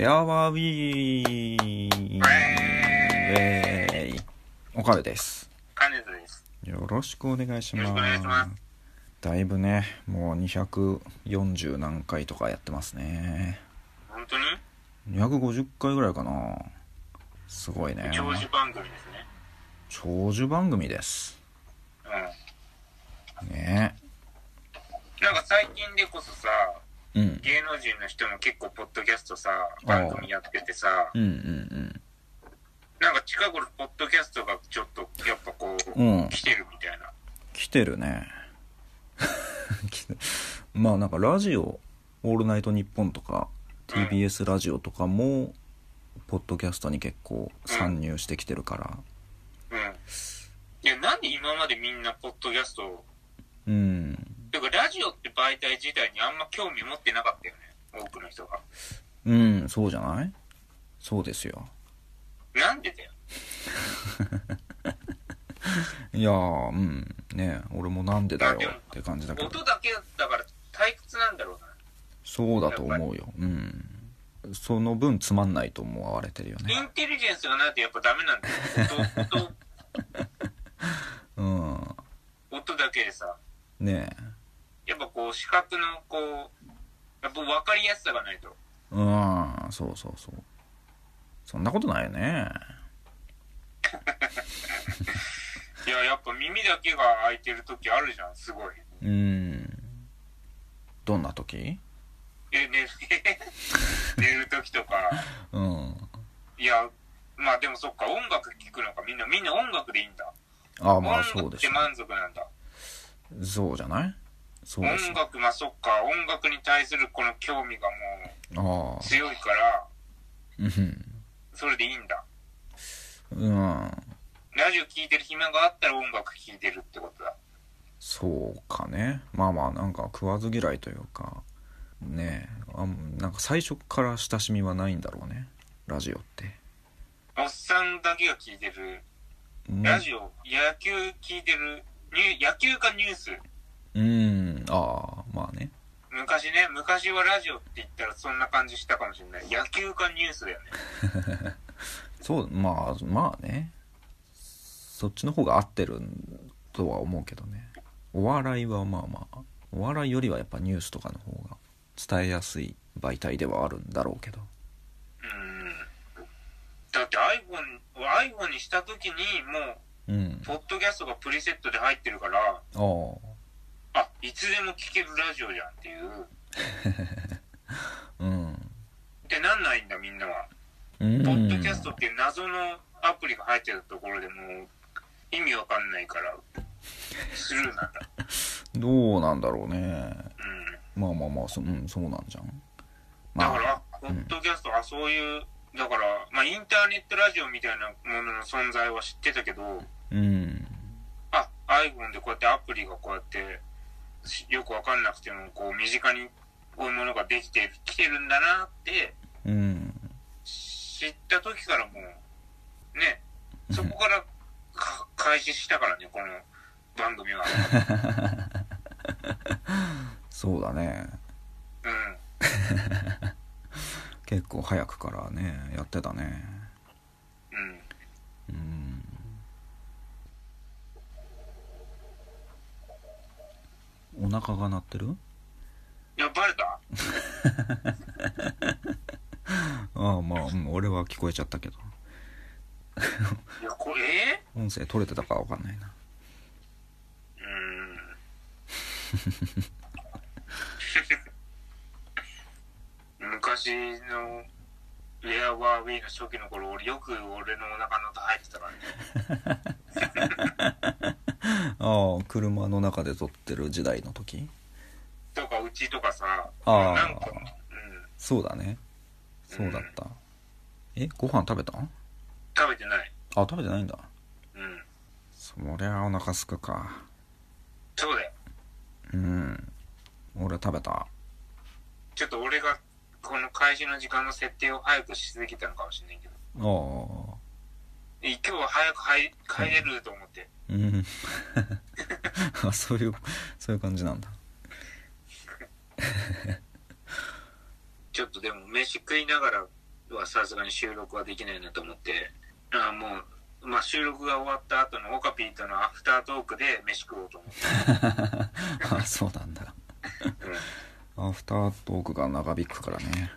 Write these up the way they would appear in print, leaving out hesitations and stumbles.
レアワービー岡部です。 金田です。 よろしくお願いします。 よろしくお願いします。 だいぶね、もう240何回とかやってますね。 本当に 250回ぐらいかな。すごいね。 長寿番組ですね。 長寿番組です。ね。 なんか最近でこそさ、 うん、 芸能人の人も結構ポッドキャストさ、番組やっててさ、なんか近頃ポッドキャストがちょっとやっぱこう、来てるみたいな。 来てるね。まあなんかラジオ、オールナイトニッポンとか TBS ラジオとかもポッドキャストに結構参入してきてるから。 いや、なんで今までみんなポッドキャストを、てかラジオって媒体自体にあんま興味持ってなかったよね、多くの人が。 そうじゃない？そうですよ。 なんでだよ。 いやねえ、俺もなんでだよって感じだけど。 音だけだから退屈なんだろうな。そうだと思うよ。その分つまんないと思われてるよね。 インテリジェンスがないとやっぱダメなんだよ。音だけでさ。 ねえ。やっぱこう視覚のこうやっぱ分かりやすさがないと。 そう。そんなことないよね。 いや、やっぱ耳だけが開いてる時あるじゃん、すごい。 どんな時？ 寝る時とか。いや、まあでもそっか、音楽聴くのか、みんな音楽でいいんだ。 まあそうでしょ。 音楽って満足なんだ。 そうじゃない？そうです。 音楽、まあそっか、音楽に対するこの興味がもう強いから、それでいいんだ。ラジオ聴いてる暇があったら音楽聴いてるってことだ。 そうかね。まあなんか食わず嫌いというかねえ、なんか最初から親しみはないんだろうね、ラジオって。 おっさんだけが聴いてるラジオ、野球聴いてる野球かニュース。 まあね。 昔はラジオって言ったらそんな感じしたかもしれない。野球かニュースだよね。 そうまあね、そっちの方が合ってるとは思うけどね。お笑いはお笑いよりはやっぱニュースとかの方が伝えやすい媒体ではあるんだろうけど。 だって iPhone にした時にもう、ポッドキャストがプリセットで入ってるから、いつでも聴けるラジオじゃんっていう。ってなんないんだみんなは。ポッドキャストっていう謎のアプリが入ってるところでもう意味わかんないからスルーなんだ。 どうなんだろうね。まあそうなんじゃん。 だからポッドキャストはそういう、だからインターネットラジオみたいなものの存在は知ってたけど、iPhone でこうやってアプリがこうやってよくわかんなくてもこう身近にこういうものができてきてるんだなって知った時からもうね、そこから開始したからね、この番組は。 そうだね。結構早くからねやってたね。お腹が鳴ってる？ いや、バレた？ 俺は聞こえちゃったけど。 いや、これ音声取れてたかわかんないな。 昔のレアワーウィーの初期の頃、よく俺のお腹の音入ってたからね。 車の中で撮ってる時代の時とかうちとかさ、 なんかそうだね、そうだった。ご飯食べた？ 食べてない。 食べてないんだ。そりゃお腹すくか。 そうだよ。 俺食べた。 ちょっと俺がこの開始の時間の設定を早くしすぎたのかもしれないけど。今日は早く帰れると思って。 そういう感じなんだ。 ちょっとでも飯食いながらはさすがに収録はできないなと思って、もう、まあ、収録が終わった後のオカピーとのアフタートークで飯食おうと思ってあ、そうなんだ、アフタートークが長引くからね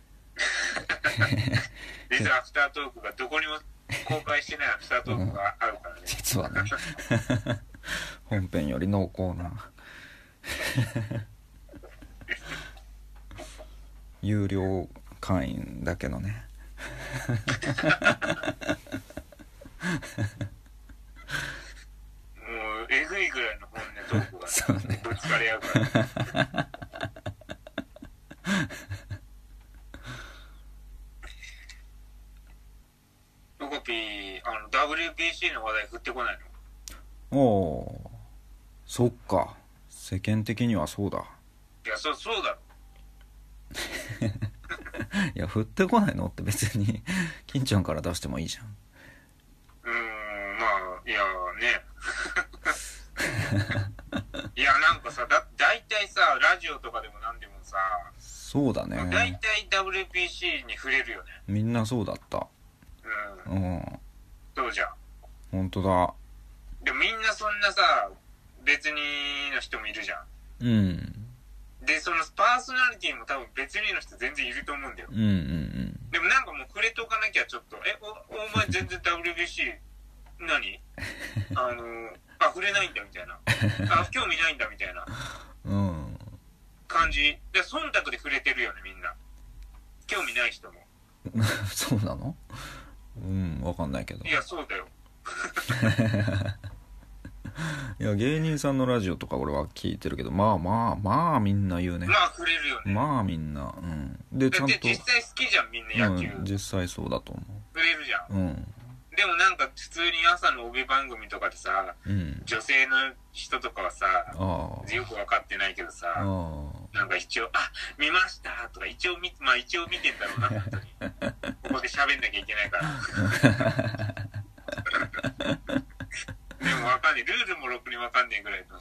実はアフタートークがどこにも公開してないアフタートークがあるからね、 実はね本編より濃厚な有料会員だけのねもうえぐいぐらいの本音トークが、ね、ぶつかり合うからロコピーWBC の話題振ってこないの？おお、そっか、世間的にはそうだ。 いや、そうだろいや、振ってこないのって別に金ちゃんから出してもいいじゃん。 まあ、いやねいや、なんかさ、だいたいさ、ラジオとかでもなんでもさ、 そうだね、 だいたい WBC に触れるよね。 みんなそうだった。 そうじゃん。 ほんとだ。 でもみんなそんなさ、別にの人もいるじゃん。で、そのパーソナリティも多分別にの人全然いると思うんだよ。でもなんかもう触れとかなきゃちょっと、お前全然 WBC 何触れないんだみたいな。興味ないんだみたいな感じ。で、忖度で触れてるよね、みんな。興味ない人も。 そうなの？わかんないけど。 いや、そうだよ。 いや、芸人さんのラジオとか俺は聞いてるけど、まあみんな言うね。 まあ触れるよね。 まあみんな、でちゃんと実際好きじゃん、みんな野球。 実際そうだと思う。 触れるじゃん。でもなんか普通に朝の帯番組とかでさ、女性の人とかはさ、よく分かってないけどさ、なんか一応見ましたとか一応見てんだろうな、本当に。ここで喋んなきゃいけないからでも分かんない、ルールもろくに分かんねえぐらいの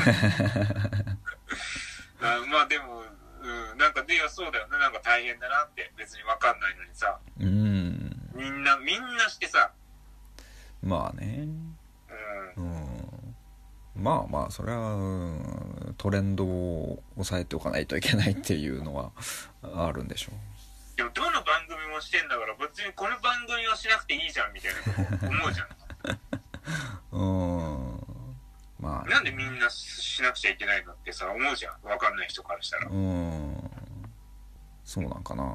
まあでも、なんかそうだよね、なんか大変だなって。別に分かんないのにさ、みんなしてさ、 まあね、まあそれはトレンドを抑えておかないといけないっていうのはあるんでしょう。 でもどの番組もしてんだから別にこの番組をしなくていいじゃんみたいなこと思うじゃんまあ、 なんでみんなしなくちゃいけないのってさ思うじゃん、分かんない人からしたら。 そうなんかな。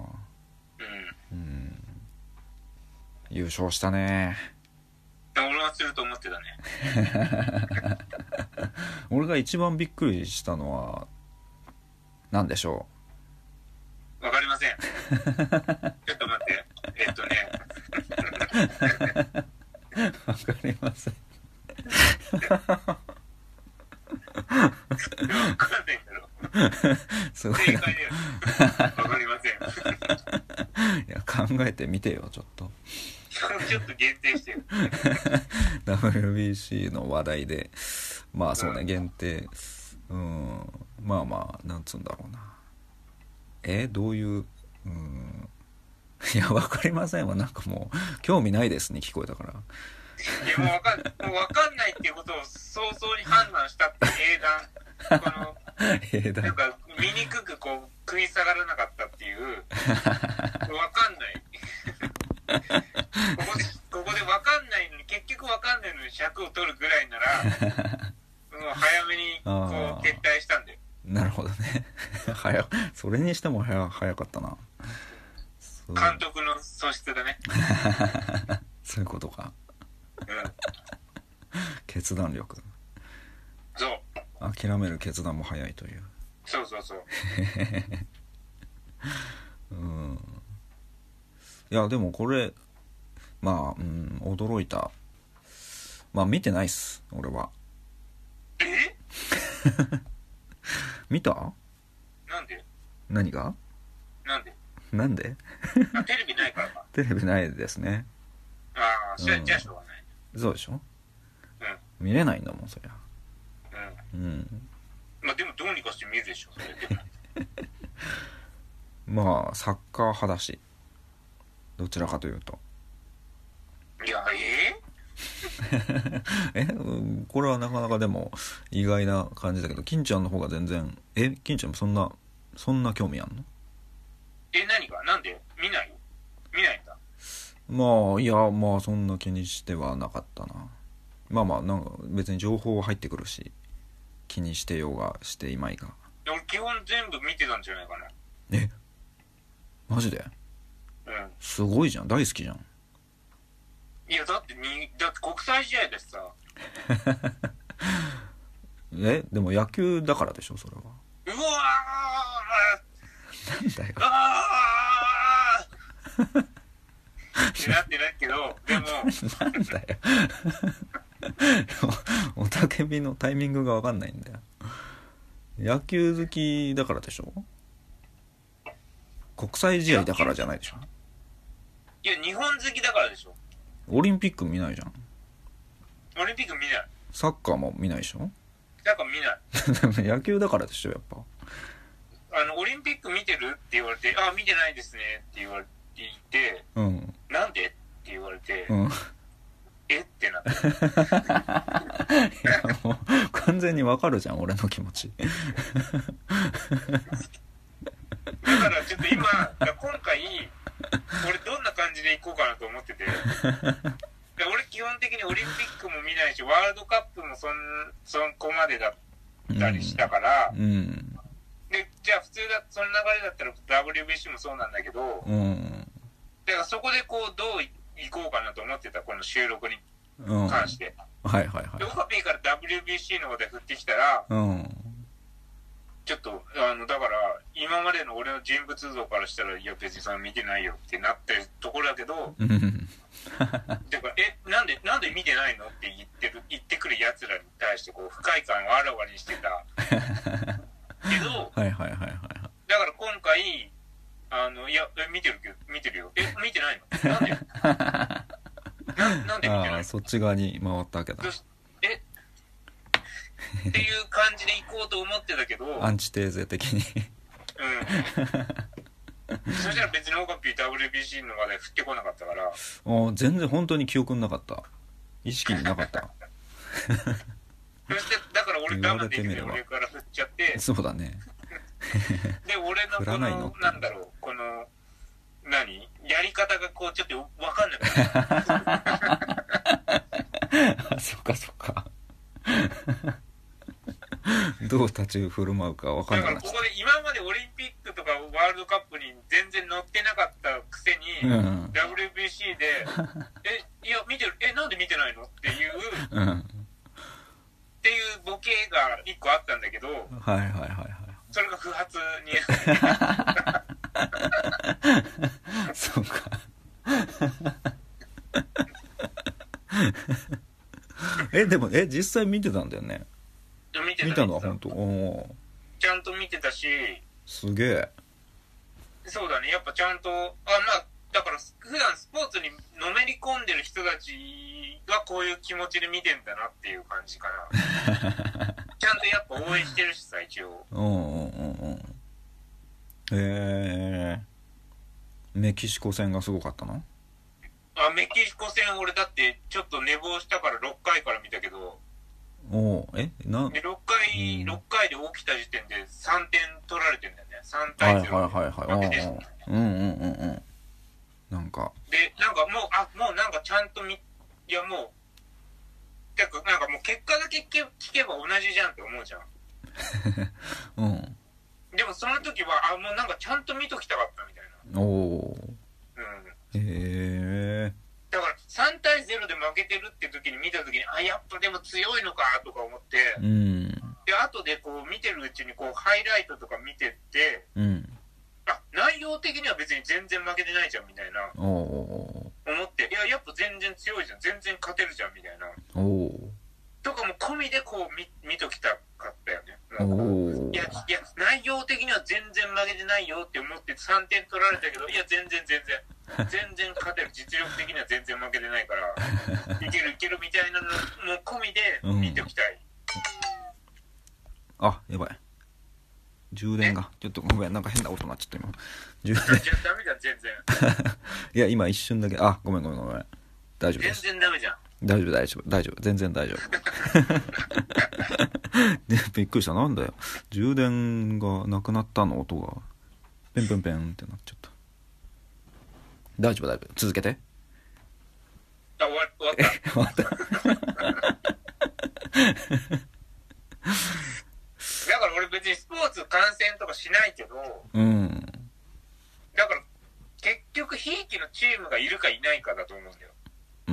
優勝したね。 俺はすると思ってたね俺が一番びっくりしたのは何でしょう？わかりませんちょっと待って、 わかりませんわかんないけどすごい正解だよわかりませんいや、考えてみてよ、ちょっとちょっと限定してよ WBC の話題で、まあそうね、限定。まあなんつうんだろうな。どういう、いや、わかりませんわ。なんかもう興味ないですに聞こえたから。 いや、もうわかんないっていうことを早々に判断したって英断。このなんか醜くこう食い下がらなかったっていうわかんないここでわかんないのに、結局わかんないのに尺を取るぐらいならもう早めにこう撤退したんだよ。 なるほどねそれにしても早かったな。 監督の素質だねそういうことか。決断力。 そう、 諦める決断も早いという。 そういや、でもこれまあ驚いた。まあ見てないっす、俺は。見た？ なんで？ 何が？なんでテレビないからか。 テレビないですね。 じゃあしょうがない。 そうでしょ。見れないんだもん、そりゃ。 まあでもどうにかして見るでしょ、それでもまあサッカー派だし。 どちらかというと。 いやこれはなかなかでも意外な感じだけど、金ちゃんの方が全然金ちゃんもそんな興味あんの？ 何かなんで見ないんだ。 まあいや、まあそんな気にしてはなかったな。まあまあなんか別に情報は入ってくるし、気にしてようがしていまいが。 俺基本全部見てたんじゃないかな。 マジで？ うん。 すごいじゃん、大好きじゃん。 いやだって国際試合だしさ。 でも野球だからでしょ、それは。 うわなんだよ。 ってなってないけど、でもなんだよ。おたけびのタイミングが分かんないんだよ。野球好きだからでしょ。国際試合だからじゃないでしょ。 いや日本好きだからでしょ。 オリンピック見ないじゃん。 オリンピック見ない。 サッカーも見ないでしょ。 だから見ない。 野球だからでしょ、やっぱ。 オリンピック見てるって言われて、見てないですねって言われていて、 うん。 なんでって言われて、 うん。 ってなっていやもう完全にわかるじゃん、俺の気持ち。 だからちょっと今回俺どんな感じで行こうかなと思ってて、俺基本的にオリンピックも見ないしワールドカップもそこまでだったりしたから、 うん、 でじゃあ普通その流れだったら WBC もそうなんだけど、 うん、 だからそこでこうどう行こうかなと思ってた、この収録に関して、 はいはいはい。 でオカピーから WBC の方で振ってきたら、ちょっとだから今までの俺の人物像からしたら、いや別にそれ見てないよってなってるところだけど、だからなんで見てないのって言ってくるやつらに対してこう不快感をあらわにしてたけど、 はいはいはいはい。 だから今回いや見てるよ、見てないのなんでなんで見てないの。 そっち側に回ったわけだ。 っていう感じで行こうと思ってたけど、 アンチテーゼ的にそしたら別にオカピー WBC の話題振ってこなかったから、 全然本当に記憶になかった、意識になかったそしてだから俺我慢できて俺から振っちゃって、 そうだねで俺のこのなんだろう、このやり方がこうちょっと分かんなかったそっかそっかどう立ち振る舞うか分かんない。 だからここで今までオリンピックとかワールドカップに全然乗ってなかったくせに、WBC でいや見てる、なんで見てないのっていう、っていうボケが1個あったんだけど、 はいはいはいはい、 それが不発にそうかでも実際見てたんだよね。見たのは本当。 ちゃんと見てたし。 すげえ。 そうだね、やっぱちゃんとだから普段スポーツにのめり込んでる人たちがこういう気持ちで見てんだなっていう感じかなちゃんとやっぱ応援してるしさ、一応。 メキシコ戦がすごかったの？ メキシコ戦俺だってちょっと寝坊したから6回から見たけど、で6回で起きた時点で3点取られてんだよね。3対0負けてる。 なんかでもうなんかちゃんといやもうなんかもう結果だけ聞けば同じじゃんって思うじゃんでもその時はもうなんかちゃんと見ときたかったみたいな。だから3対0で負けてるって時に見た時にやっぱでも強いのかとか思って、で後でこう見てるうちにこうハイライトとか見てって、内容的には別に全然負けてないじゃんみたいな思って、やっぱ全然強いじゃん、全然勝てるじゃんみたいなとかも込みでこう見ときたかったよね。いや内容的には全然負けてないよって思って3点取られたけど、いや全然勝てる、実力的には全然負けてないからいけるみたいなのも込みで見ておきたい。 やばい、 充電がちょっとごめん、なんか変な音なっちゃった今。充電じゃあダメじゃん全然。 いや今一瞬だけ、あ、ごめんごめんごめん、大丈夫です。 全然ダメじゃん。 大丈夫大丈夫大丈夫、全然大丈夫。でびっくりした、なんだよ、充電がなくなったの、音がペンペンペンってなっちゃった。大丈夫大丈夫、続けて。 あ、終わった。だから俺別にスポーツ観戦とかしないけど、 うん。 だから結局ひいきのチームがいるかいないかだと思うんだよ。 うん、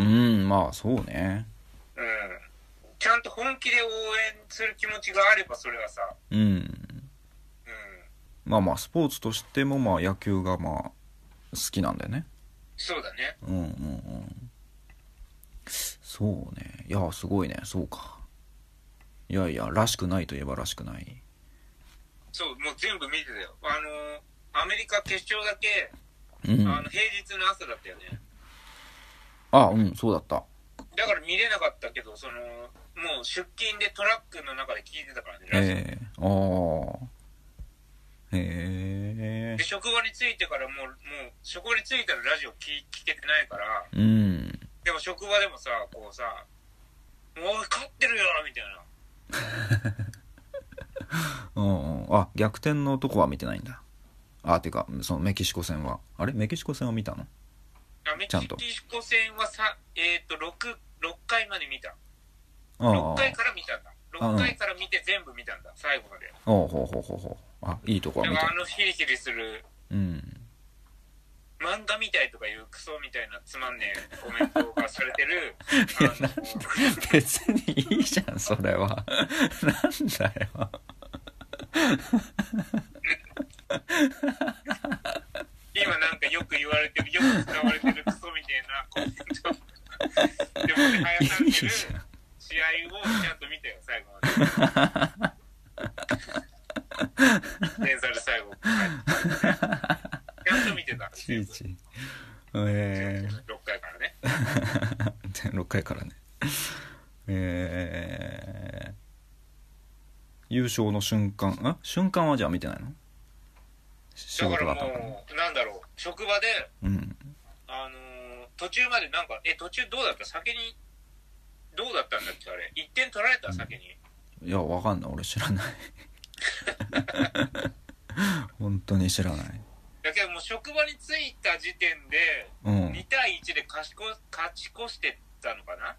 まあそうね。 うん。ちゃんと本気で応援する気持ちがあればそれはさ。 うん。うん。まあまあスポーツとしてもまあ野球がまあ好きなんだよね。 そうだね。 うんうんうん。そうね。いやすごいね。そうか。いやいや、らしくないといえばらしくない。 そう、もう全部見てたよ。アメリカ決勝だけ、 うん、 平日の朝だったよね。 あ、うん、そうだった。 だから見れなかったけど、もう出勤でトラックの中で聞いてたからね、ラジオ。で、職場に着いてからもう職場に着いたらラジオ聞けてないから、 うん。 でも職場でもさ、こうさ、もう勝ってるよみたいな。 うんうん、あ、逆転のとこは見てないんだ。あ、てかそのメキシコ戦は、あれメキシコ戦は見たの？ メキシコ戦はさ、6回まで見た。 ああ、 6回から見たんだ。6回から見て全部見たんだ、最後まで。 ほうほうほうほうほう。あ、いいとこは見た。 だからヒリヒリする、 うん、 漫画みたいとかいうクソみたいなつまんねえコメントがされてる別にいいじゃんそれは。なんだよ。 今なんかよく言われてる、よく使われてるクソみたいなコメントでもね、はやされてる試合をちゃんと見たよ、最後まで。1点差で最後ちゃんと見てた。 ちいち。 6回からね。 6回からね。優勝の瞬間、瞬間はじゃあ見てないの？仕事だからもうなんだろう、職場で、 うん、 途中までなんか途中どうだった？先にどうだったんだっけ、あれ1点取られた、先に。 いやわかんない、俺知らない。本当に知らない。 だけどもう職場に着いた時点で2対1で勝ち越してたのかな。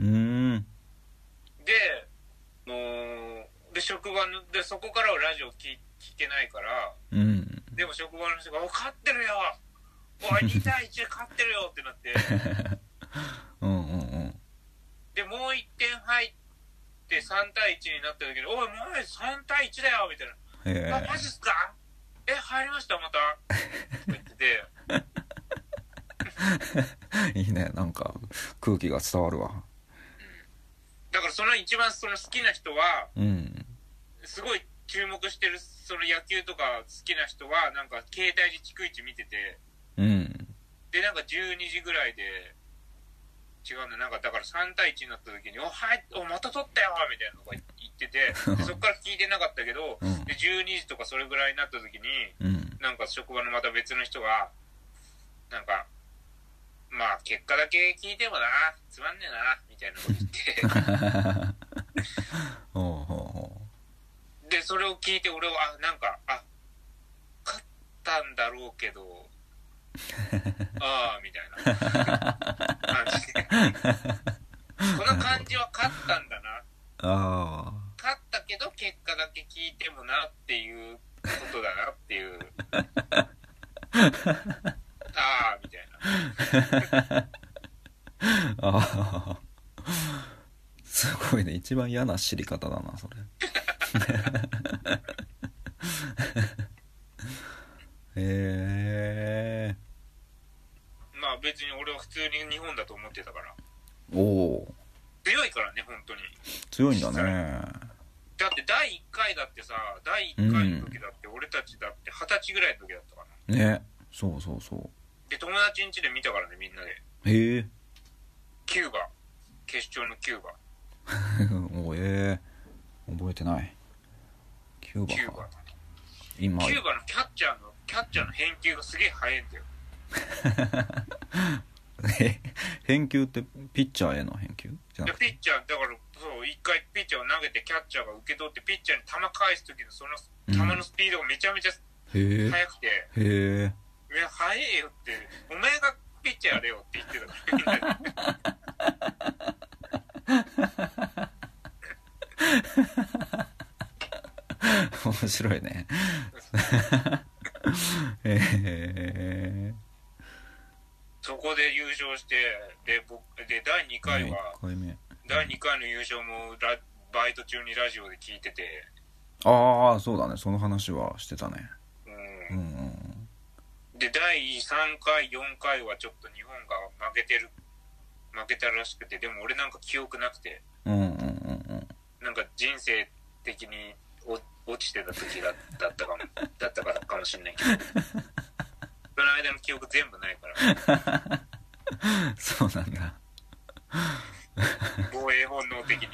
で職場でそこからはラジオ聞けないから、 うん、 でも職場の人が「勝ってるよ、おい2対1で勝ってるよ」ってなってうんうんうん、 でもう1点入って3対1になった時に「おいもう3対1だよ」みたいな「あ、マジっすか？入りましたまた」って言ってていいね、なんか空気が伝わるわ。 だから一番好きな人は、 うん、 すごい注目してる野球とか好きな人はなんか携帯で逐一見てて、 うん、 でなんか12時ぐらいで違うね、なんかだから3対1になった時に「また取ったよ」みたいなのが言ってて、そっから聞いてなかったけど、で12時とかそれぐらいになった時に、なんか職場のまた別の人がなんかまあ結果だけ聞いてもなつまんねえなみたいなこと言ってでそれを聞いて俺はなんか勝ったんだろうけどああみたいな感じでこの感じは勝ったんだな、勝ったけど結果だけ聞いてもなっていうことだなっていうああみたいなすごいね、一番嫌な知り方だなそれ。 まあ別に俺は普通に日本だと思ってたから。 おお、 強いからね、本当に強いんだね。 だって第1回だってさ、第1回の時だって俺たちだって20歳ぐらいの時だったかな。 ね、そうそうそう。 で友達ん家で見たからね、みんなで。 へえ。 キューバ決勝のキューバ覚えてない。キューバか。 今キューバのキャッチャーの返球がすげえ速いんだよ。 返球ってピッチャーへの返球じゃなくて、 ピッチャーだからそう一回ピッチャーを投げてキャッチャーが受け取ってピッチャーに球返す時のその球のスピードがめちゃめちゃ速くて、 へえいや速えよって、お前がピッチャーやれよって言ってたから面白いねそこで優勝して、で第2回は、第2回の優勝もバイト中にラジオで聞いてて、 ああそうだね、その話はしてたね。 うんうん、で第3回4回はちょっと日本が負けたらしくて、でも俺なんか記憶なくて、なんか人生的に落ちてた時だったからかもしれないけどその間の記憶全部ないからそうなんだ防衛本能的に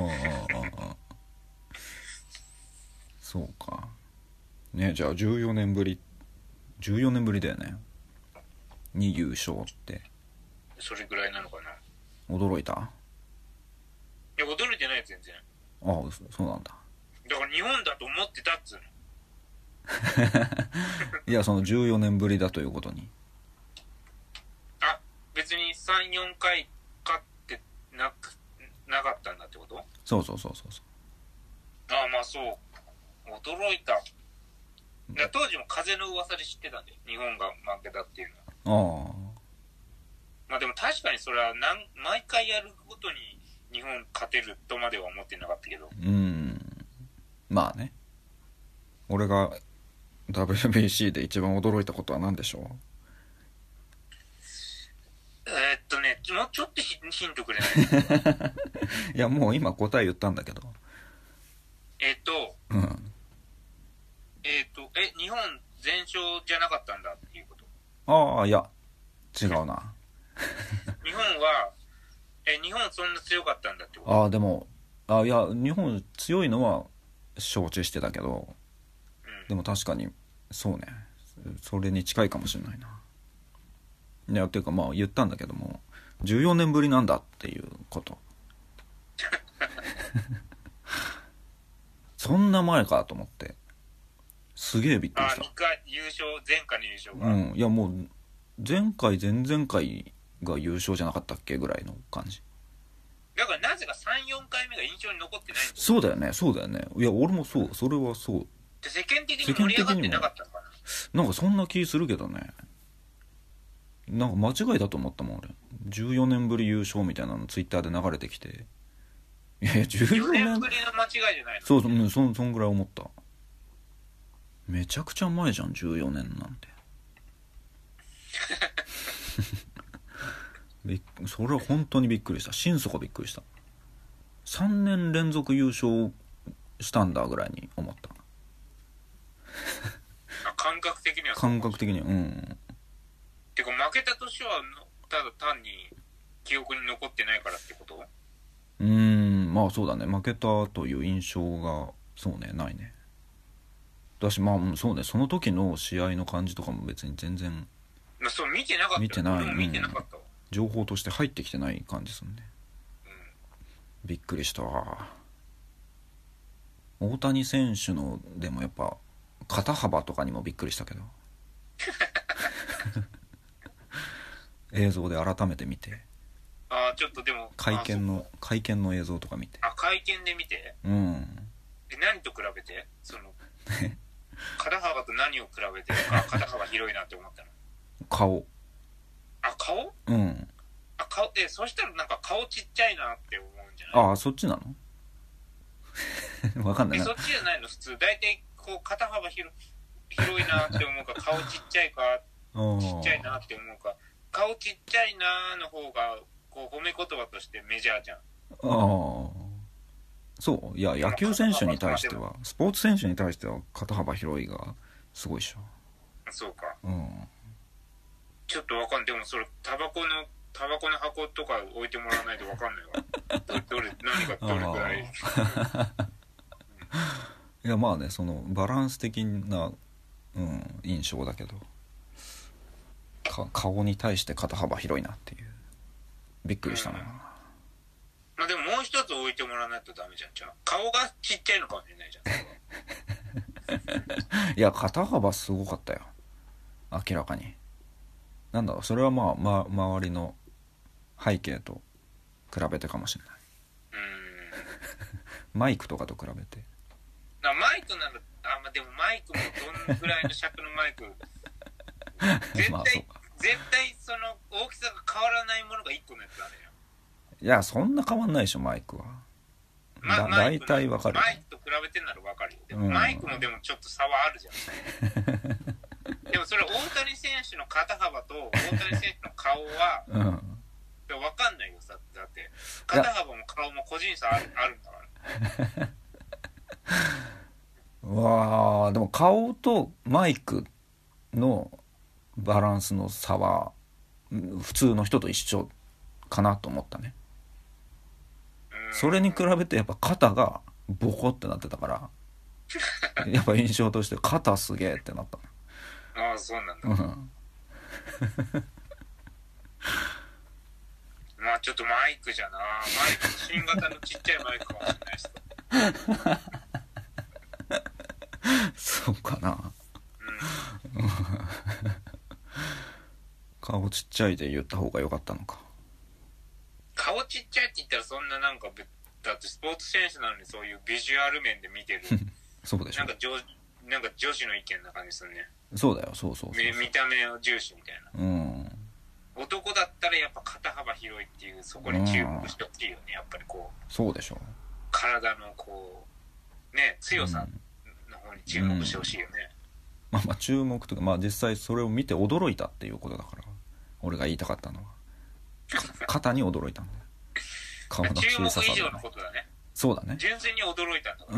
そうかね。じゃあ14年ぶりだよねに優勝って。 それぐらいなのかな。 驚いた？ いや驚いてない全然。 ああそうなんだ。 だから日本だと思ってたっつうのいやその14年ぶりだということに。 あ、別に 3,4 回勝ってなかったんだってこと？ そう。 ああまあそう驚いた。だ当時も風の噂で知ってたんで日本が負けたっていうのは。 ああまあでも確かにそれは毎回やるごとに日本勝てるとまでは思ってなかったけど。 まあね。俺が WBC で一番驚いたことは何でしょう？ もうちょっとヒントくれないいやもう今答え言ったんだけど。 日本全勝じゃなかったんだっていうこと？ ああいや違うな日本は日本そんな強かったんだってこと？ ああでもいや日本強いのは承知してたけど、でも確かにそうね、それに近いかもしれないな。いやっていうかまあ言ったんだけども14年ぶりなんだっていうことそんな前かと思ってすげえびっくりした。 前回の優勝が、 いやもう前回前々回が優勝じゃなかったっけぐらいの感じだからなぜか 3,4 回目が印象に残ってないんだ。 そうだよね。いや俺もそれはそうで世間的に盛り上がってなかったのかな。 なんかそんな気するけどね。なんか間違いだと思ったもん俺。14年ぶり優勝みたいなのツイッターで流れてきて、いや14 年ぶりの間違いじゃないの？ そんぐらい思った。めちゃくちゃ前じゃん14年なんてそれは本当にびっくりした。心底びっくりした。3年連続優勝したんだぐらいに思った感覚的にはてか負けた年はただ単に記憶に残ってないからってこと？ まあそうだね、負けたという印象がそうねないね。だしまあそうね、その時の試合の感じとかも別に全然そう見てなかった。 見てない、 見てなかったわ。 情報として入ってきてない感じするね。びっくりしたわ。大谷選手のでもやっぱ肩幅とかにもびっくりしたけど映像で改めて見て、 ちょっとでも会見の映像とか見て、 会見で見て、で何と比べてその肩幅と何を比べて肩幅広いなって思ったの？ 顔。 顔？顔そしたらなんか顔ちっちゃいなって思うんじゃない？ そっちなのわかんないな。 そっちじゃないの？普通大体こう肩幅広いなって思うか顔ちっちゃいかちっちゃいなって思うか、顔ちっちゃいなの方がこう褒め言葉としてメジャーじゃん。 そういや野球選手に対してはスポーツ選手に対しては肩幅広いがすごいでしょ。 そうか。ちょっとわかんない。でもそれタバコの箱とか置いてもらわないとわかんないわ何がどれくらいいやまあね、そのバランス的な、印象だけど、顔に対して肩幅広いなっていう、びっくりしたな。 まあでももう一つ置いてもらわないとダメじゃん。じゃあ顔がちっちゃいのかもしれないじゃん。 いや肩幅すごかったよ、明らかに。なんだろう、それはまあ、周りの背景と比べてかもしれない。マイクとかと比べて。 マイクなら、まあでもマイクもどんぐらいの尺のマイク絶対その大きさが変わらないものが1個のやつだね。 いやそんな変わんないでしょマイクは。大体わかる。 マイクと比べてんならわかるよ。でもマイクもでもちょっと差はあるじゃん。でもそれ大谷選手の肩幅と大谷選手の顔はわかんないよ。だって肩幅も顔も個人差あるんだから。 わあ、でも顔とマイクのバランスの差は普通の人と一緒かなと思ったね。それに比べてやっぱ肩がボコってなってたからやっぱ印象として肩すげえってなった。 ああそうなんだ。まあちょっとマイクじゃな、マイク新型のちっちゃいマイクかもしれないしそうかな、顔ちっちゃいで言った方が良かったのか。 顔ちっちゃいって言ったらそんななんかだってスポーツ選手なのにそういうビジュアル面で見てるそうでしょ。 なんか女子の意見な感じするね。 そうだよ、そう見た目を重視みたいな。男だったらやっぱ肩幅広いっていう、そこに注目してほしいよね。やっぱりこうそうでしょ、 体のこうね強さの方に注目してほしいよね。 まあ注目というか、実際それを見て驚いたっていうことだから、俺が言いたかったのは肩に驚いたんだよ。顔の小ささで、 注目以上のことだね。 そうだね。 純粋に驚いたんだから。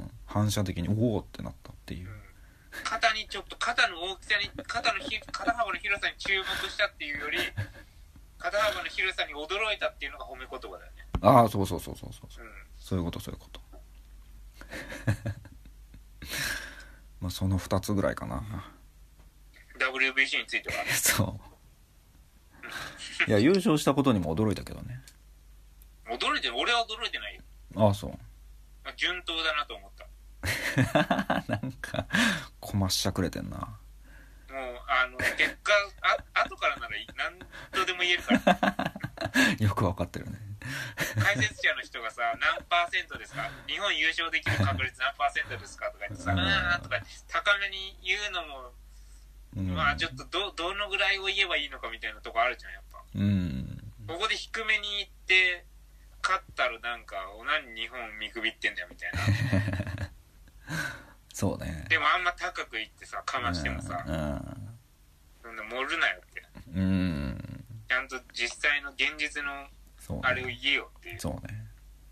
反射的におおってなったっていう。 肩にちょっと肩の大きさに肩幅の広さに注目したっていうより、肩幅の広さに驚いたっていうのが褒め言葉だよね。 ああそう、そういうことまあその2つぐらいかな。 WBC についてはそういや優勝したことにも驚いたけどね。 俺は驚いてないよ。 ああそう、 順当だなと思った。 なんかこましゃくれてんな。もう結果後からなら何とでも言えるからよくわかってるね。 解説者の人がさ何%ですか、日本優勝できる確率何%ですかとか言ってさ、とか高めに言うのも、まあちょっとどのぐらいを言えばいいのかみたいなとこあるじゃんやっぱ。ここで低めに行って勝ったらなんか何日本見くびってんだよみたいなそうね。 でもあんま高く言ってさかましてもさ、そんな盛るなよって。ちゃんと実際の現実のあれを言えよっていう。 そうね。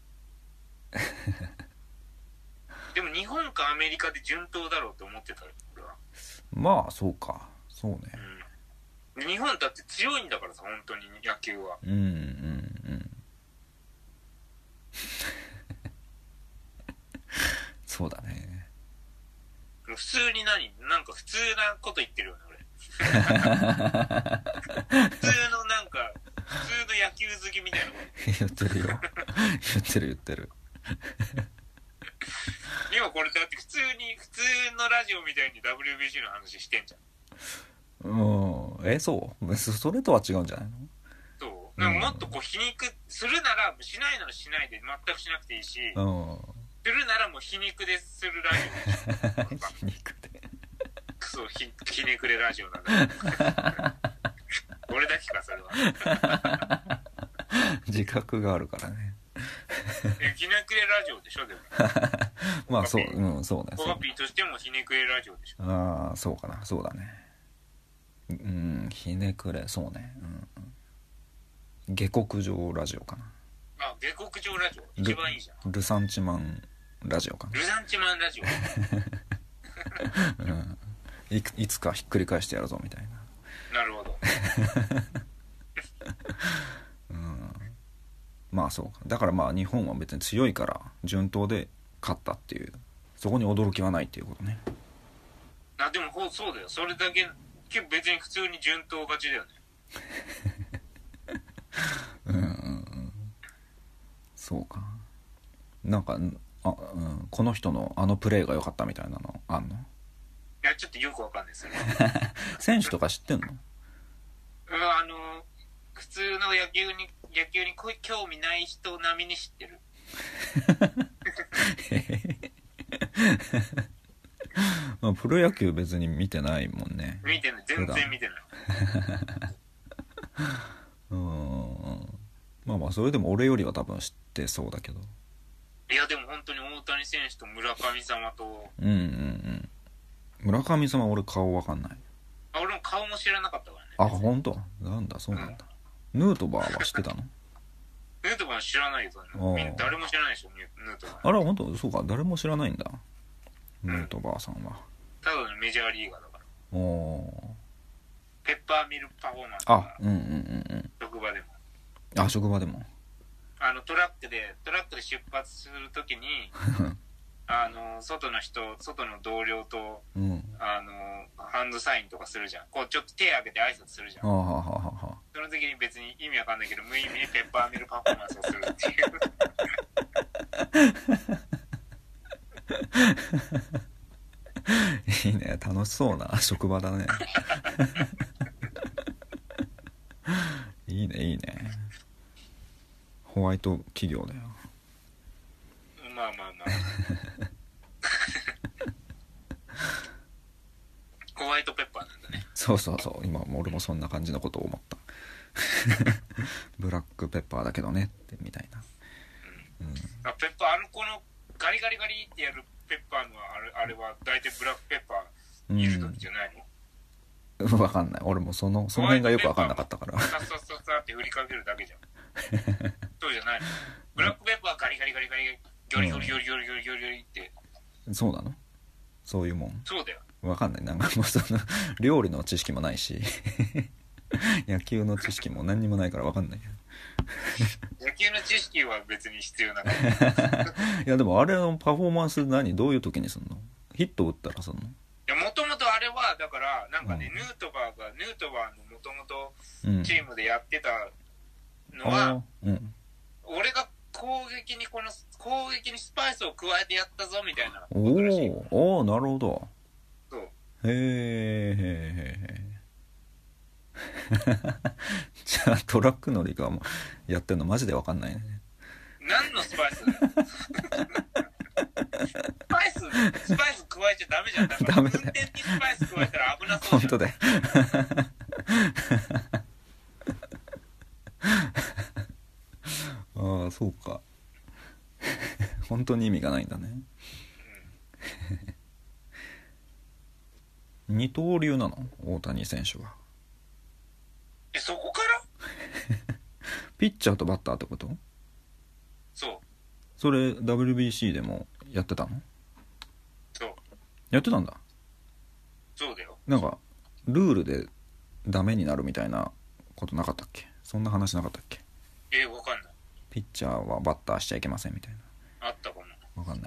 でも日本かアメリカで順当だろうって思ってたよ俺は。 まあそうか、そうね。 日本だって強いんだからさ本当に野球は。 そうだね。 もう普通になんか普通なこと言ってるよね俺普通のなんか普通の野球好きみたいなこと言ってるよ言ってる今これだって普通のラジオみたいに WBC の話してんじゃん。 そうそれとは違うんじゃないの。 そうなんかもっとこう皮肉するならしないならしないで全くしなくていいし、するならもう皮肉でするラジオ皮肉でクソひねくれラジオなんだ俺だけかそれは自覚があるからねひねくれラジオでしょでもまあそう、そうね。 コガピーとしてもひねくれラジオでしょ。 ああそうかな、そうだね。ひねくれ、そうね。下克上ラジオかな。 あ、下克上ラジオ一番いいじゃん。 ルサンチマンラジオかな。 ルサンチマンラジオいつかひっくり返してやるぞみたいな。なるほどまあそうか。だからまあ日本は別に強いから順当で勝ったっていう、 そこに驚きはないっていうことね。 でもそうだよ。それだけ別に普通に順当勝ちだよね。 そうか。なんかこの人のあのプレーが良かったみたいなのあんの？ いやちょっとよくわかんないですよね。 選手とか知ってんの？ 普通の野球に興味ない人並みに知ってる。 まあ、プロ野球別に見てないもんね。 見てない、全然見てない。 まあまあそれでも俺よりは多分知ってそうだけど。 いやでも本当に大谷選手と村上様と。 村上様俺顔わかんない。 俺も顔も知らなかったからね。 あ、本当？なんだそうなんだ。ヌートバーは知ってたの？ ヌートバー知らないよ。みんな誰も知らないでしょ、ヌートバー。 あら本当？そうか、誰も知らないんだ。ヌートバーさんは。 ただのメジャーリーガーだから。ペッパーミルパフォーマンスが職場でも。 あ、職場でも。 トラックで出発するときに外の同僚と、ハンドサインとかするじゃん。こうちょっと手挙げて挨拶するじゃん。その時に別に意味わかんないけど無意味にペッパーミルパフォーマンスをするっていう。いいね、楽しそうな職場だね。いいねいいね。ホワイト企業だよ。 まあホワイトペッパーなんだね。 そう今俺もそんな感じのことを思った。ブラックペッパーだけどねってみたいな。 ペッパーこのガリガリガリってやるペッパーのあれは大体ブラックペッパーいる時じゃないの？ 分かんない。俺もその辺がよく分かんなかったから。 サって振りかけるだけじゃん。そうじゃないの？ブラックペッパーガリガリガリガリギョリギョリギョリギョリギョリギョリギョリって。 そうなの？そういうもん？ そうだよ。 分かんない。なんかもうその料理の知識もないし野球の知識も何にもないから分かんないけど。野球の知識は別に必要なかった。 いやでもあれのパフォーマンスどういう時にすんの？ヒット打ったらすんの？ いやもともとあれはだからなんかね、ヌートバーのもともとチームでやってたのは、俺が攻撃にスパイスを加えてやったぞみたいなことらしい。 おーなるほど。 そうへえじゃあトラック乗りがもうやってんのマジで分かんないね。 何のスパイスだよ。スパイス加えちゃダメじゃん。だから運転にスパイス加えたら危なそうじゃん。本当だよ。 ああそうか。本当に意味がないんだね。二刀流なの？大谷選手は。 そこからピッチャーとバッターってこと？ そう。 それ WBC でもやってたの？ そう。 やってたんだ。 そうだよ。 なんかルールでダメになるみたいなことなかったっけ？そんな話なかったっけ？ わかんない。 ピッチャーはバッターしちゃいけませんみたいな。 あったかな。わかんない。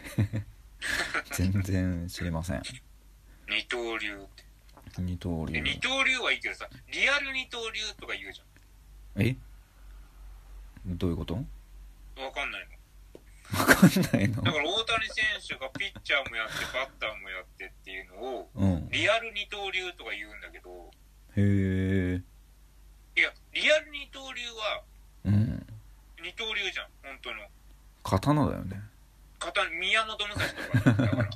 全然知りません。 二刀流って。 二刀流はいいけどさ、リアル二刀流とか言うじゃん。どういうこと？ わかんないの？わかんないの？ だから大谷選手がピッチャーもやってバッターもやってっていうのを、リアル二刀流とか言うんだけど。 へえ。 いやリアル二刀流は、二刀流じゃん本当の。 刀だよね。 宮本武蔵とかだから。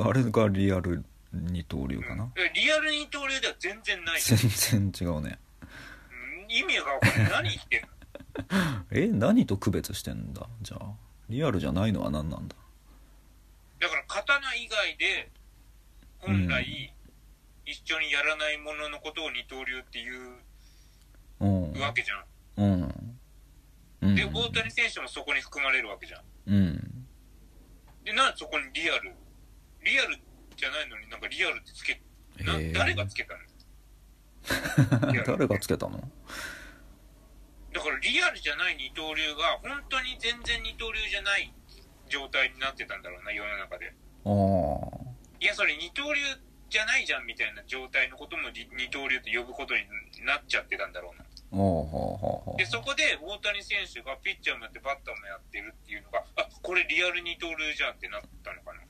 あれがリアル二刀流かな。 リアル二刀流では全然ない。 全然違うね。 意味が分かんない。何言ってんの？ 何と区別してんだ？じゃあリアルじゃないのは何なんだ？ だから刀以外で本来、一緒にやらないもののことを二刀流っていうわけじゃん。で大谷選手もそこに含まれるわけじゃん。でなんでそこにリアルじゃないのになんかリアルってつけ誰がつけたの？ 誰がつけたの？ だからリアルじゃない二刀流が本当に全然二刀流じゃない状態になってたんだろうな、世の中で。 あいや、それ二刀流じゃないじゃんみたいな状態のことも二刀流と呼ぶことになっちゃってたんだろうな。で、そこで大谷選手がピッチャーもやってバッターもやってるっていうのが、あ、これリアル二刀流じゃんってなったのかな。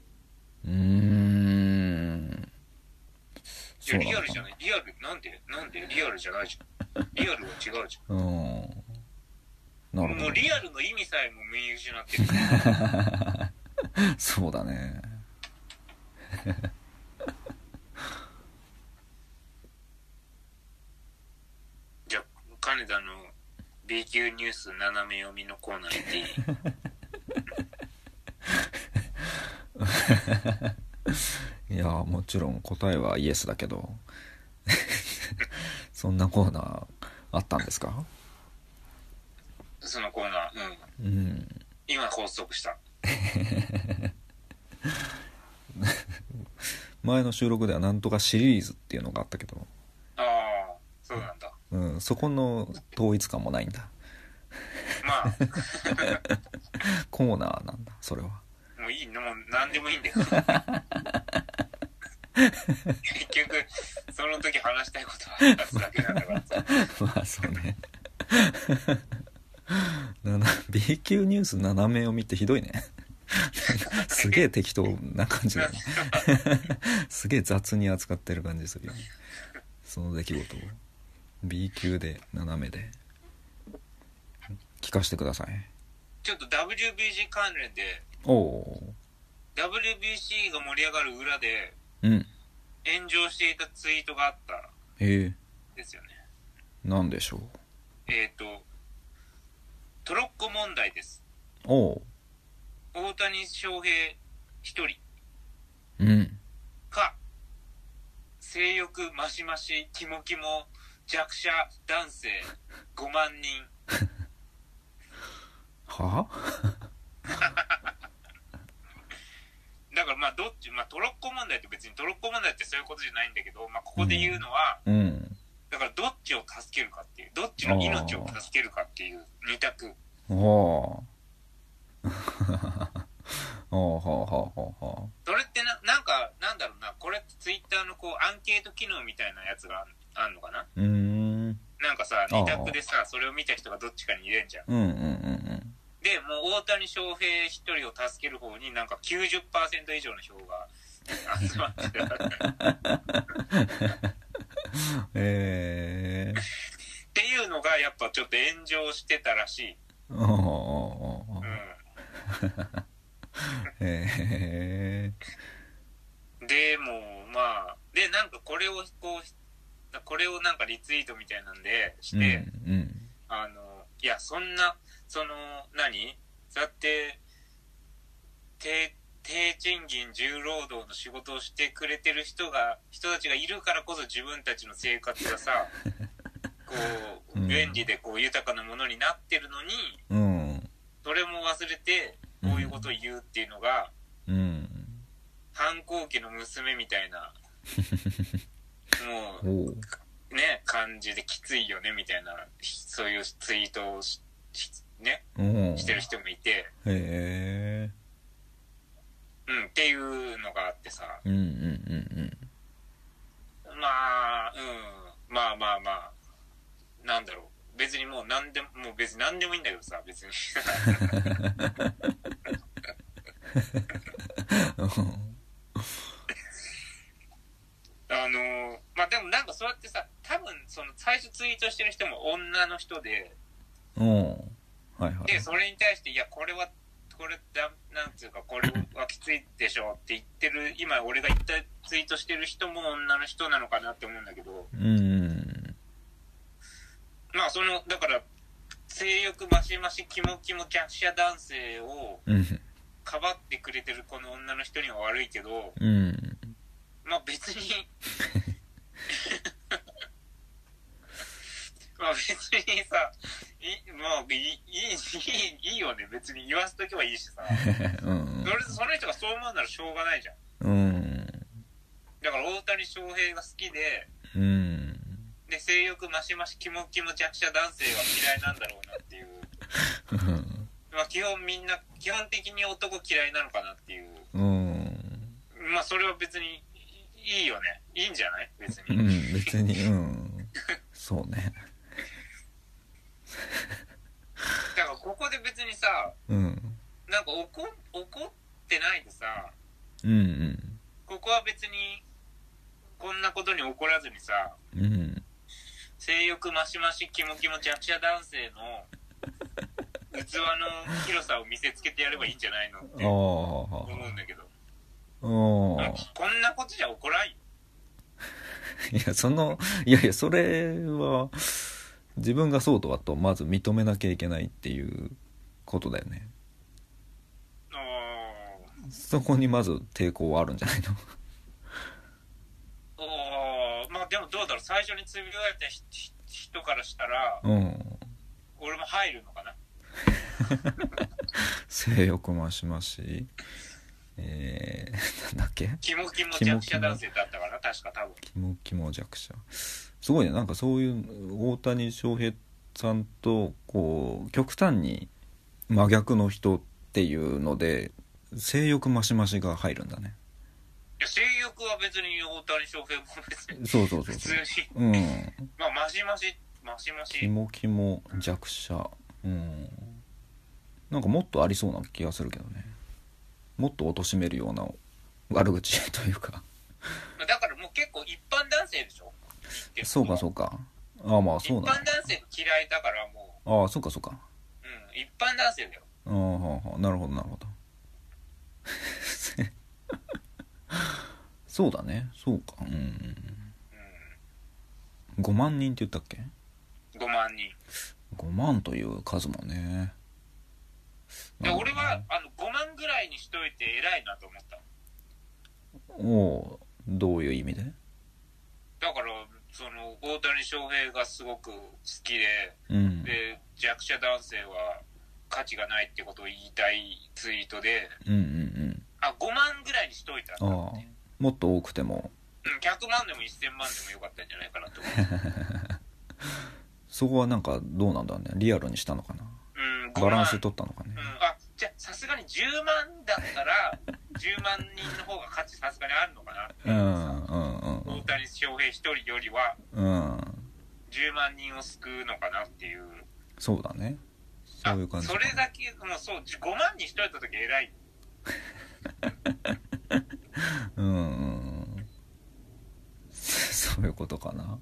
いや、リアルじゃない。リアル、なんでリアルじゃないじゃん。リアルは違うじゃん。 なるほど。 もうリアルの意味さえも見失ってる。 そうだね。 じゃあ、金田の B 級ニュース斜め読みのコーナー行っていい？ いや、もちろん答えはイエスだけどそんなコーナーあったんですか？ そのコーナー、今発足した前の収録ではなんとかシリーズっていうのがあったけど、 ああ、そうなんだ。 そこの統一感もないんだ。 まあコーナーなんだ、それは。 もういいの、もう何でもいいんだよ結局その時話したいことは話すだけなんだからさまあそうねB 級ニュース斜め読みってひどいねすげえ適当な感じだねすげえ雑に扱ってる感じするよね、その出来事を B 級で斜めで聞かせてください。 ちょっと WBC 関連で、WBC が盛り上がる裏で炎上していたツイートがあったですよね。 なんでしょう。 トロッコ問題です。 大谷翔平一人か、性欲マシマシキモキモ弱者男性5万人はだからまあどっち、トロッコ問題って別にトロッコ問題ってそういうことじゃないんだけど、ここで言うのは、だからどっちを助けるかっていう、どっちの命を助けるかっていう二択。それってなんかなんだろうな、これってツイッターのこうアンケート機能みたいなやつがあんのかな。なんかさ、二択でさ、それを見た人がどっちかに入れんじゃん。でもう大谷翔平一人を助ける方になんか 90% 以上の票が集まってたっていうのがやっぱちょっと炎上してたらしい。でもまあでなんかこれをなんかリツイートみたいなんでして、いやそんなそうやって低賃金重労働の仕事をしてくれてる人たちがいるからこそ自分たちの生活がさこう便利でこう豊かなものになってるのに、それも忘れてこういうことを言うっていうのが、反抗期の娘みたいなもうね感じできついよねみたいな、そういうツイートをしてる人もいて、っていうのがあってさ、まあなんだろう、別にもう別に何でもいいんだけどさ、別にでもなんかそうやってさ、多分その最初ツイートしてる人も女の人で、でそれに対していやこれなんつうかこれはきついでしょって言ってる、今俺が言ったツイートしてる人も女の人なのかなって思うんだけど、だから性欲マシマシキモキモ弱者男性をかばってくれてるこの女の人には悪いけど、別に別にさ、いいよね、別に言わせとけばいいしさその人がそう思うならしょうがないじゃん。だから大谷翔平が好きで、で性欲マシマシキモキモ弱者男性は嫌いなんだろうなっていうまあ基本的に男嫌いなのかなっていう。まあそれは別にいいよね。いいんじゃない別に。 別に、そうね。 だからここで別にさ、なんか怒ってないでさ、ここは別にこんなことに怒らずにさ、性欲マシマシキモキモ弱者男性の器の広さを見せつけてやればいいんじゃないのって思うんだけど。こんなことじゃ怒らんよ。 いやそれは自分がそうとはとまず認めなきゃいけないっていうことだよね。そこにまず抵抗はあるんじゃないの？ まあでもどうだろう、最初につぶやいた人からしたら、俺も入るのかな。 性欲マシマシなんだっけ、 キモキモ弱者男性だったかな、確か。多分キモキモ弱者、すごいね。なんかそういう大谷翔平さんとこう極端に真逆の人っていうので性欲マシマシが入るんだね。 いや性欲は別に大谷翔平も別にそう普通にまあマシマシキモキモ弱者、なんかもっとありそうな気がするけどね。もっと貶めるような悪口というかだからもう結構一般男性でしょ。 そうかそうか。まあそうなんだ。 一般男性嫌いだからもう。 そうかそうか。 一般男性だよ。 なるほどなるほどそうだね、そうか。5万人って言ったっけ ？5万人。 5万という数もね。 で俺は5万ぐらいにしといて偉いなと思った。 どういう意味で？ だからその大谷翔平がすごく好きで、で弱者男性は価値がないってことを言いたいツイートで、5万ぐらいにしといたらって。 もっと多くても、 100万でも1000万でもよかったんじゃないかなと思うそこはなんかどうなんだろうね。リアルにしたのかな。バランス取ったのかね。 じゃあさすがに10万だったら10万人の方が価値さすがにあるのかなって大谷翔平一人よりは10万人を救うのかなっていう。 そうだね、そういう感じ。 それだけもうそう5万にしといた時偉いそういうことかな。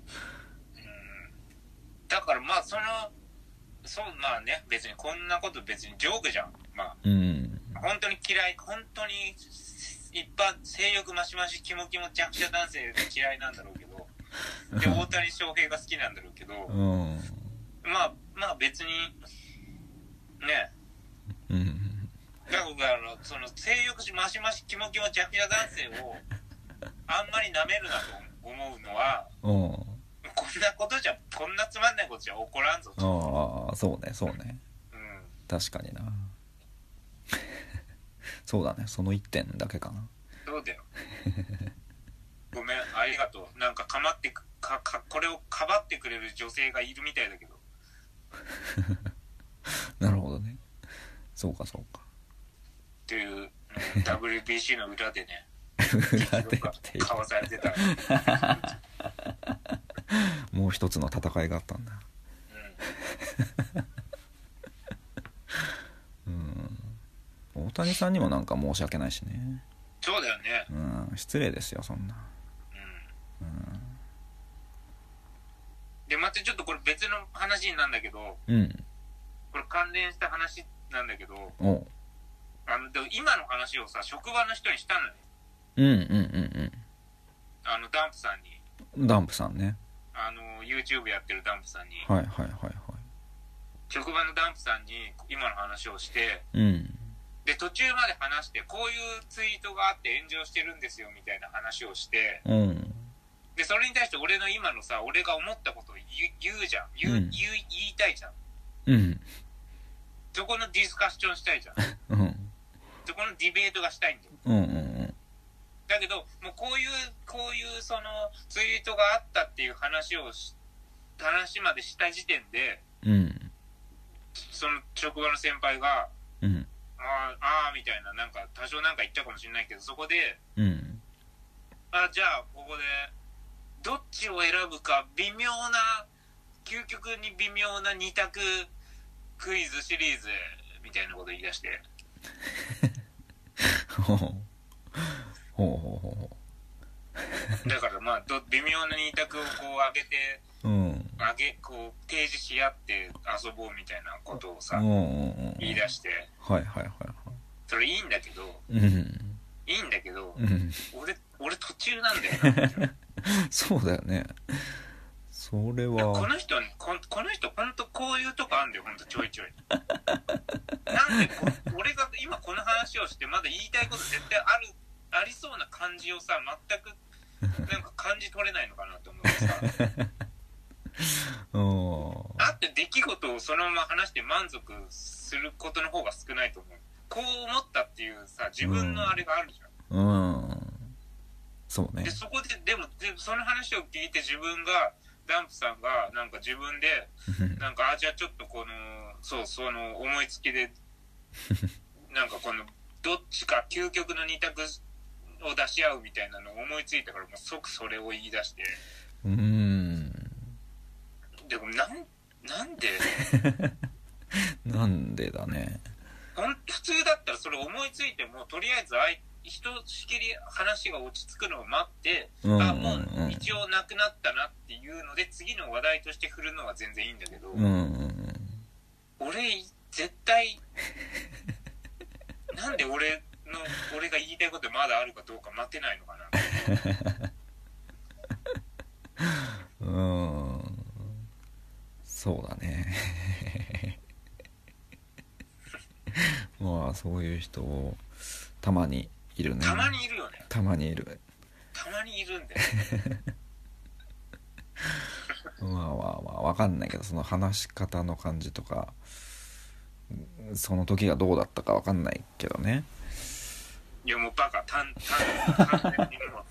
だからまあまあね、別にこんなこと別にジョークじゃん。まあ、本当に嫌い、本当に性欲マシマシキモキモ弱者男性嫌いなんだろうけどで大谷翔平が好きなんだろうけど、まあ別にね、だからその性欲マシマシキモキモ弱者男性をあんまり舐めるなと思うのはこんなつまんないことじゃ怒らんぞと。 そうね、確かになそうだね、その1点だけかな。 そうだよごめん、ありがとう。なんかこれをかばってくれる女性がいるみたいだけどなるほどね、そうかっていう、WBC の裏でね裏でって交わされてたもう一つの戦いがあったんだ。大谷さんにもなんか申し訳ないしね。 そうだよね。 失礼ですよそんな。 でまたちょっとこれ別の話になるんだけど、これ関連した話なんだけど、で今の話をさ職場の人にしたのよ。ダンプさんに。 ダンプさんね。 YouTube やってるダンプさんに。職場のダンプさんに今の話をして、で途中まで話してこういうツイートがあって炎上してるんですよみたいな話をして、でそれに対して俺の今のさ俺が思ったことを言うじゃん、言いたいじゃん、そこのディスカッションしたいじゃん、そこのディベートがしたいんだよ、だけどもうこういうそのツイートがあったっていう話までした時点で、 その職場の先輩が、 うん、 みたいな、なんか多少なんか言ったかもしれないけど、そこで、 うん、 じゃあここでどっちを選ぶか究極に微妙な二択クイズシリーズみたいなこと言い出してほうほうほうほうだからまあ微妙な二択をこう上げて、 うん、 こう提示し合って遊ぼうみたいなことをさ、言い出して、 はいはいはいはい、 それいいんだけど、 うん、 いいんだけど、 うん、 俺途中なんだよなそうだよね。それはこの人本当こういうとこあんだよ、本当ちょいちょいなんで俺が今この話をしてまだ言いたいこと絶対ありそうな感じをさ、全くなんか感じ取れないのかなと思ってさあって出来事をそのまま話して満足することの方が少ないと思う。こう思ったっていうさ、自分のあれがあるじゃん、 そうね。 でそこでその話を聞いて自分がダンプさんがなんか自分でなんかじゃあちょっとこのその思いつきでなんかこのどっちか究極の二択を出し合うみたいなのを思いついたから、もう即それを言い出して、でもなんでなんでだね。 普通だったらそれ思いついてもとりあえずひとしきり話が落ち着くのを待って、もう一応なくなったなっていうので次の話題として振るのは全然いいんだけど、俺絶対なんで俺が言いたいことまだあるかどうか待てないのかなそうだねまあそういう人たまにいるね。 たまにいるよね。 たまにいるんだよまあ分かんないけど、その話し方の感じとかその時がどうだったか分かんないけどね。 いやもうバカ単純にもう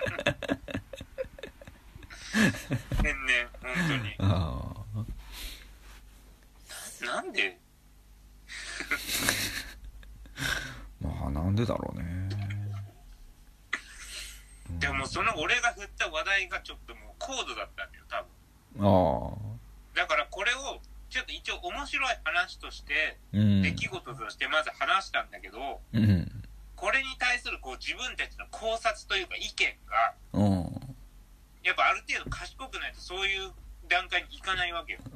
天然本当になんでまあなんでだろうね。 でもその俺が振った話題がちょっともう高度だったんだよ多分。だからこれをちょっと一応面白い話として、出来事としてまず話したんだけど、これに対するこう自分たちの考察というか意見が、やっぱある程度賢くないとそういう段階に行かないわけよ。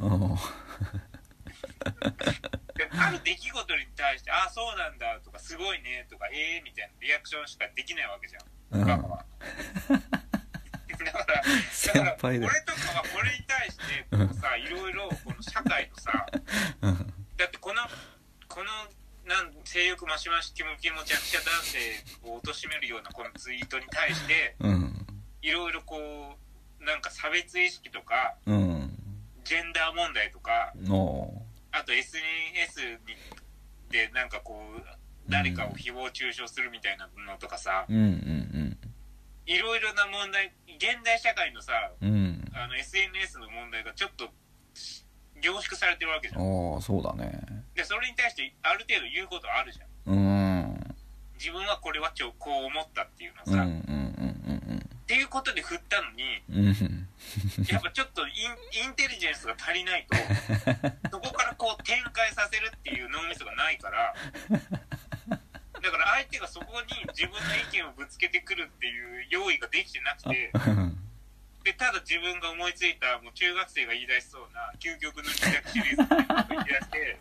ある出来事に対してそうなんだとかすごいねとかみたいなリアクションしかできないわけじゃん、バカはだから俺とかはこれに対してこうさ、いろいろこの社会のさだってこの性欲マシマシ気持ち弱者男性を貶めるようなこのツイートに対していろいろこうなんか差別意識とか、ジェンダー問題とか、あと SNS でなんかこう誰かを誹謗中傷するみたいなのとかさ、いろいろな問題、現代社会のさ、SNS の問題がちょっと凝縮されてるわけじゃん。 そうだね。 でそれに対してある程度言うことあるじゃん。自分はこれはこう思ったっていうのさ、っていうことで振ったのに、やっぱちょっとインテリジェンスが足りないとそこからこう展開させるっていう脳みそがないからだから相手がそこに自分の意見をぶつけてくるっていう用意ができてなくてでただ自分が思いついたもう中学生が言い出しそうな究極の二択シリーズみたいなことを言い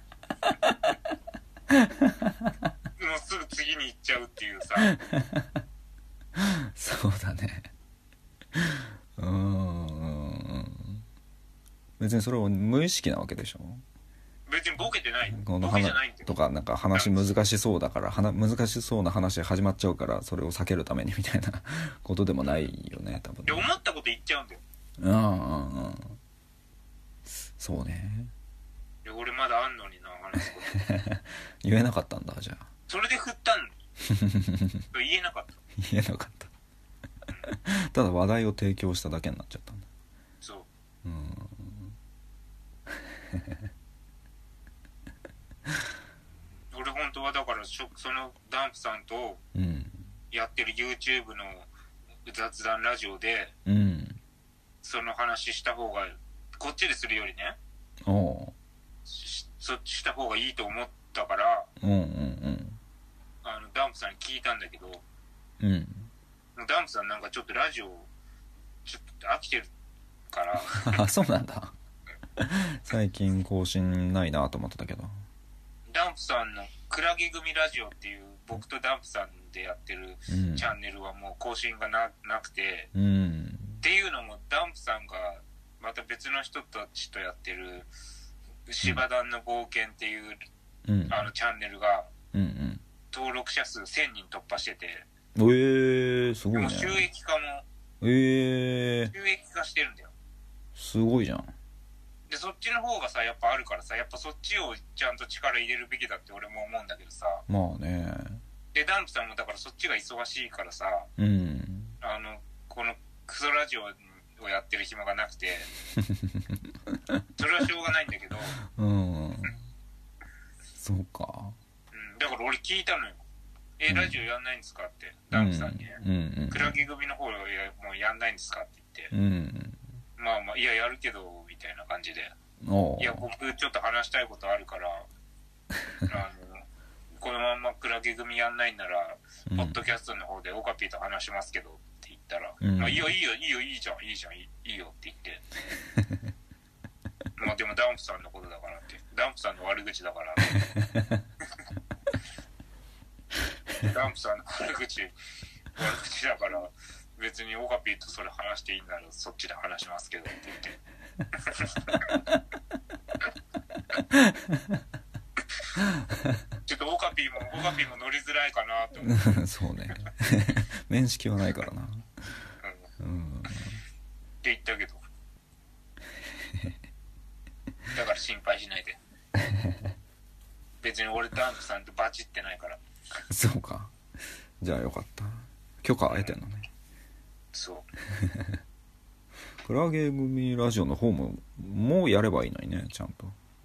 出してもうすぐ次に行っちゃうっていうさそうだね。別にそれは無意識なわけでしょ。 別にボケてない。 このボケじゃないんだよ。 とかなんか話難しそうだから難しそうな話始まっちゃうからそれを避けるためにみたいなことでもないよね多分ね。 で思ったこと言っちゃうんだよ。 そうね。 で俺まだあんのにな話すこと言えなかったんだじゃあ。 それで振ったのに言えなかった。 言えなかったただ話題を提供しただけになっちゃったんだ。 そう当はだからそのダンプさんとやってる YouTube の雑談ラジオで、 うん、 その話した方がこっちでするよりね、そっちした方がいいと思ったから、ダンプさんに聞いたんだけど、ダンプさんなんかちょっとラジオちょっと飽きてるからそうなんだ最近更新ないなと思ってたけど、 ダンプさんのクラゲ組ラジオっていう僕とダンプさんでやってるチャンネルはもう更新が なくて、っていうのもダンプさんがまた別の人たちとやってる芝団の冒険っていう、チャンネルが登録者数1000人突破してて、 すごいね。 もう収益化も、収益化してるんだよ。 すごいじゃん。 でそっちの方がさやっぱあるからさ、やっぱそっちをちゃんと力入れるべきだって俺も思うんだけどさ。 まあね。 でダンプさんもだからそっちが忙しいからさ、このクソラジオをやってる暇がなくてそれはしょうがないんだけど、 そうか。 だから俺聞いたのよ。ラジオやんないんですかって、ダンプさんに、クラゲ組の方もうやんないんですかって言って、まあまあいややるけどみたいな感じで、いや僕ちょっと話したいことあるからこのまんまクラゲ組やんないんなら、ポッドキャストの方でオカピーと話しますけどって言ったら、まあいいよいいじゃんいいよって言ってまあでもダンプさんのことだからって、ダンプさんの悪口だからダンプさんの悪口だから別にオカピーとそれ話していいんならそっちで話しますけどって言ってちょっとオカピーも乗りづらいかなと思ってそうね面識はないからな、 って言ったけどだから心配しないで別に俺ダンプさんとバチってないから。 そうか、じゃあよかった、許可得てんのね。 そうクラゲ組ラジオの方もやればいいのにね、ちゃんと。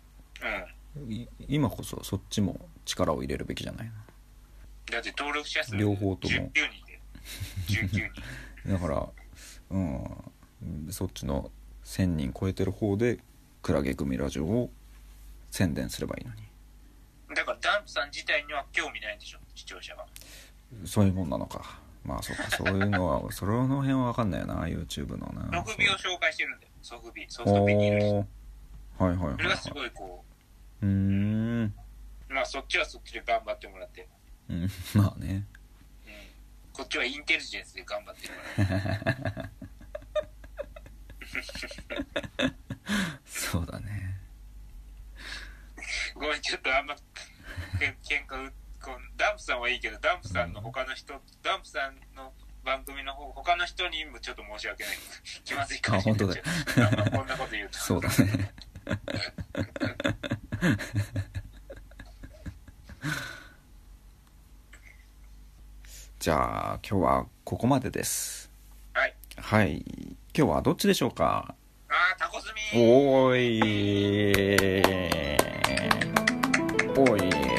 今こそそっちも力を入れるべきじゃないの。 だって登録者数両方とも 19人で19人だからそっちの1000人超えてる方でクラゲ組ラジオを宣伝すればいいのに。 だからダンプさん自体には興味ないんでしょ、視聴者が。 そういうもんなのか。まあそうか、そういうのはその辺は分かんないよな、 YouTube のな。 ソフビを紹介してるんだよ、ソフビにいる人。それがすごいこう、まあそっちはそっちで頑張ってもらって、 まあね、 こっちはインテリジェンスで頑張ってるからそうだね。 ごめん、ちょっとあんま喧嘩ダンプさんはいいけど、ダンプさんの他の人、ダンプさんの番組の他の人にもちょっと申し訳ない気まずいかもしれない。 本当だよこんなこと言うとそうだねじゃあ今日はここまでです。はい、今日はどっちでしょうか。 タコスミおーい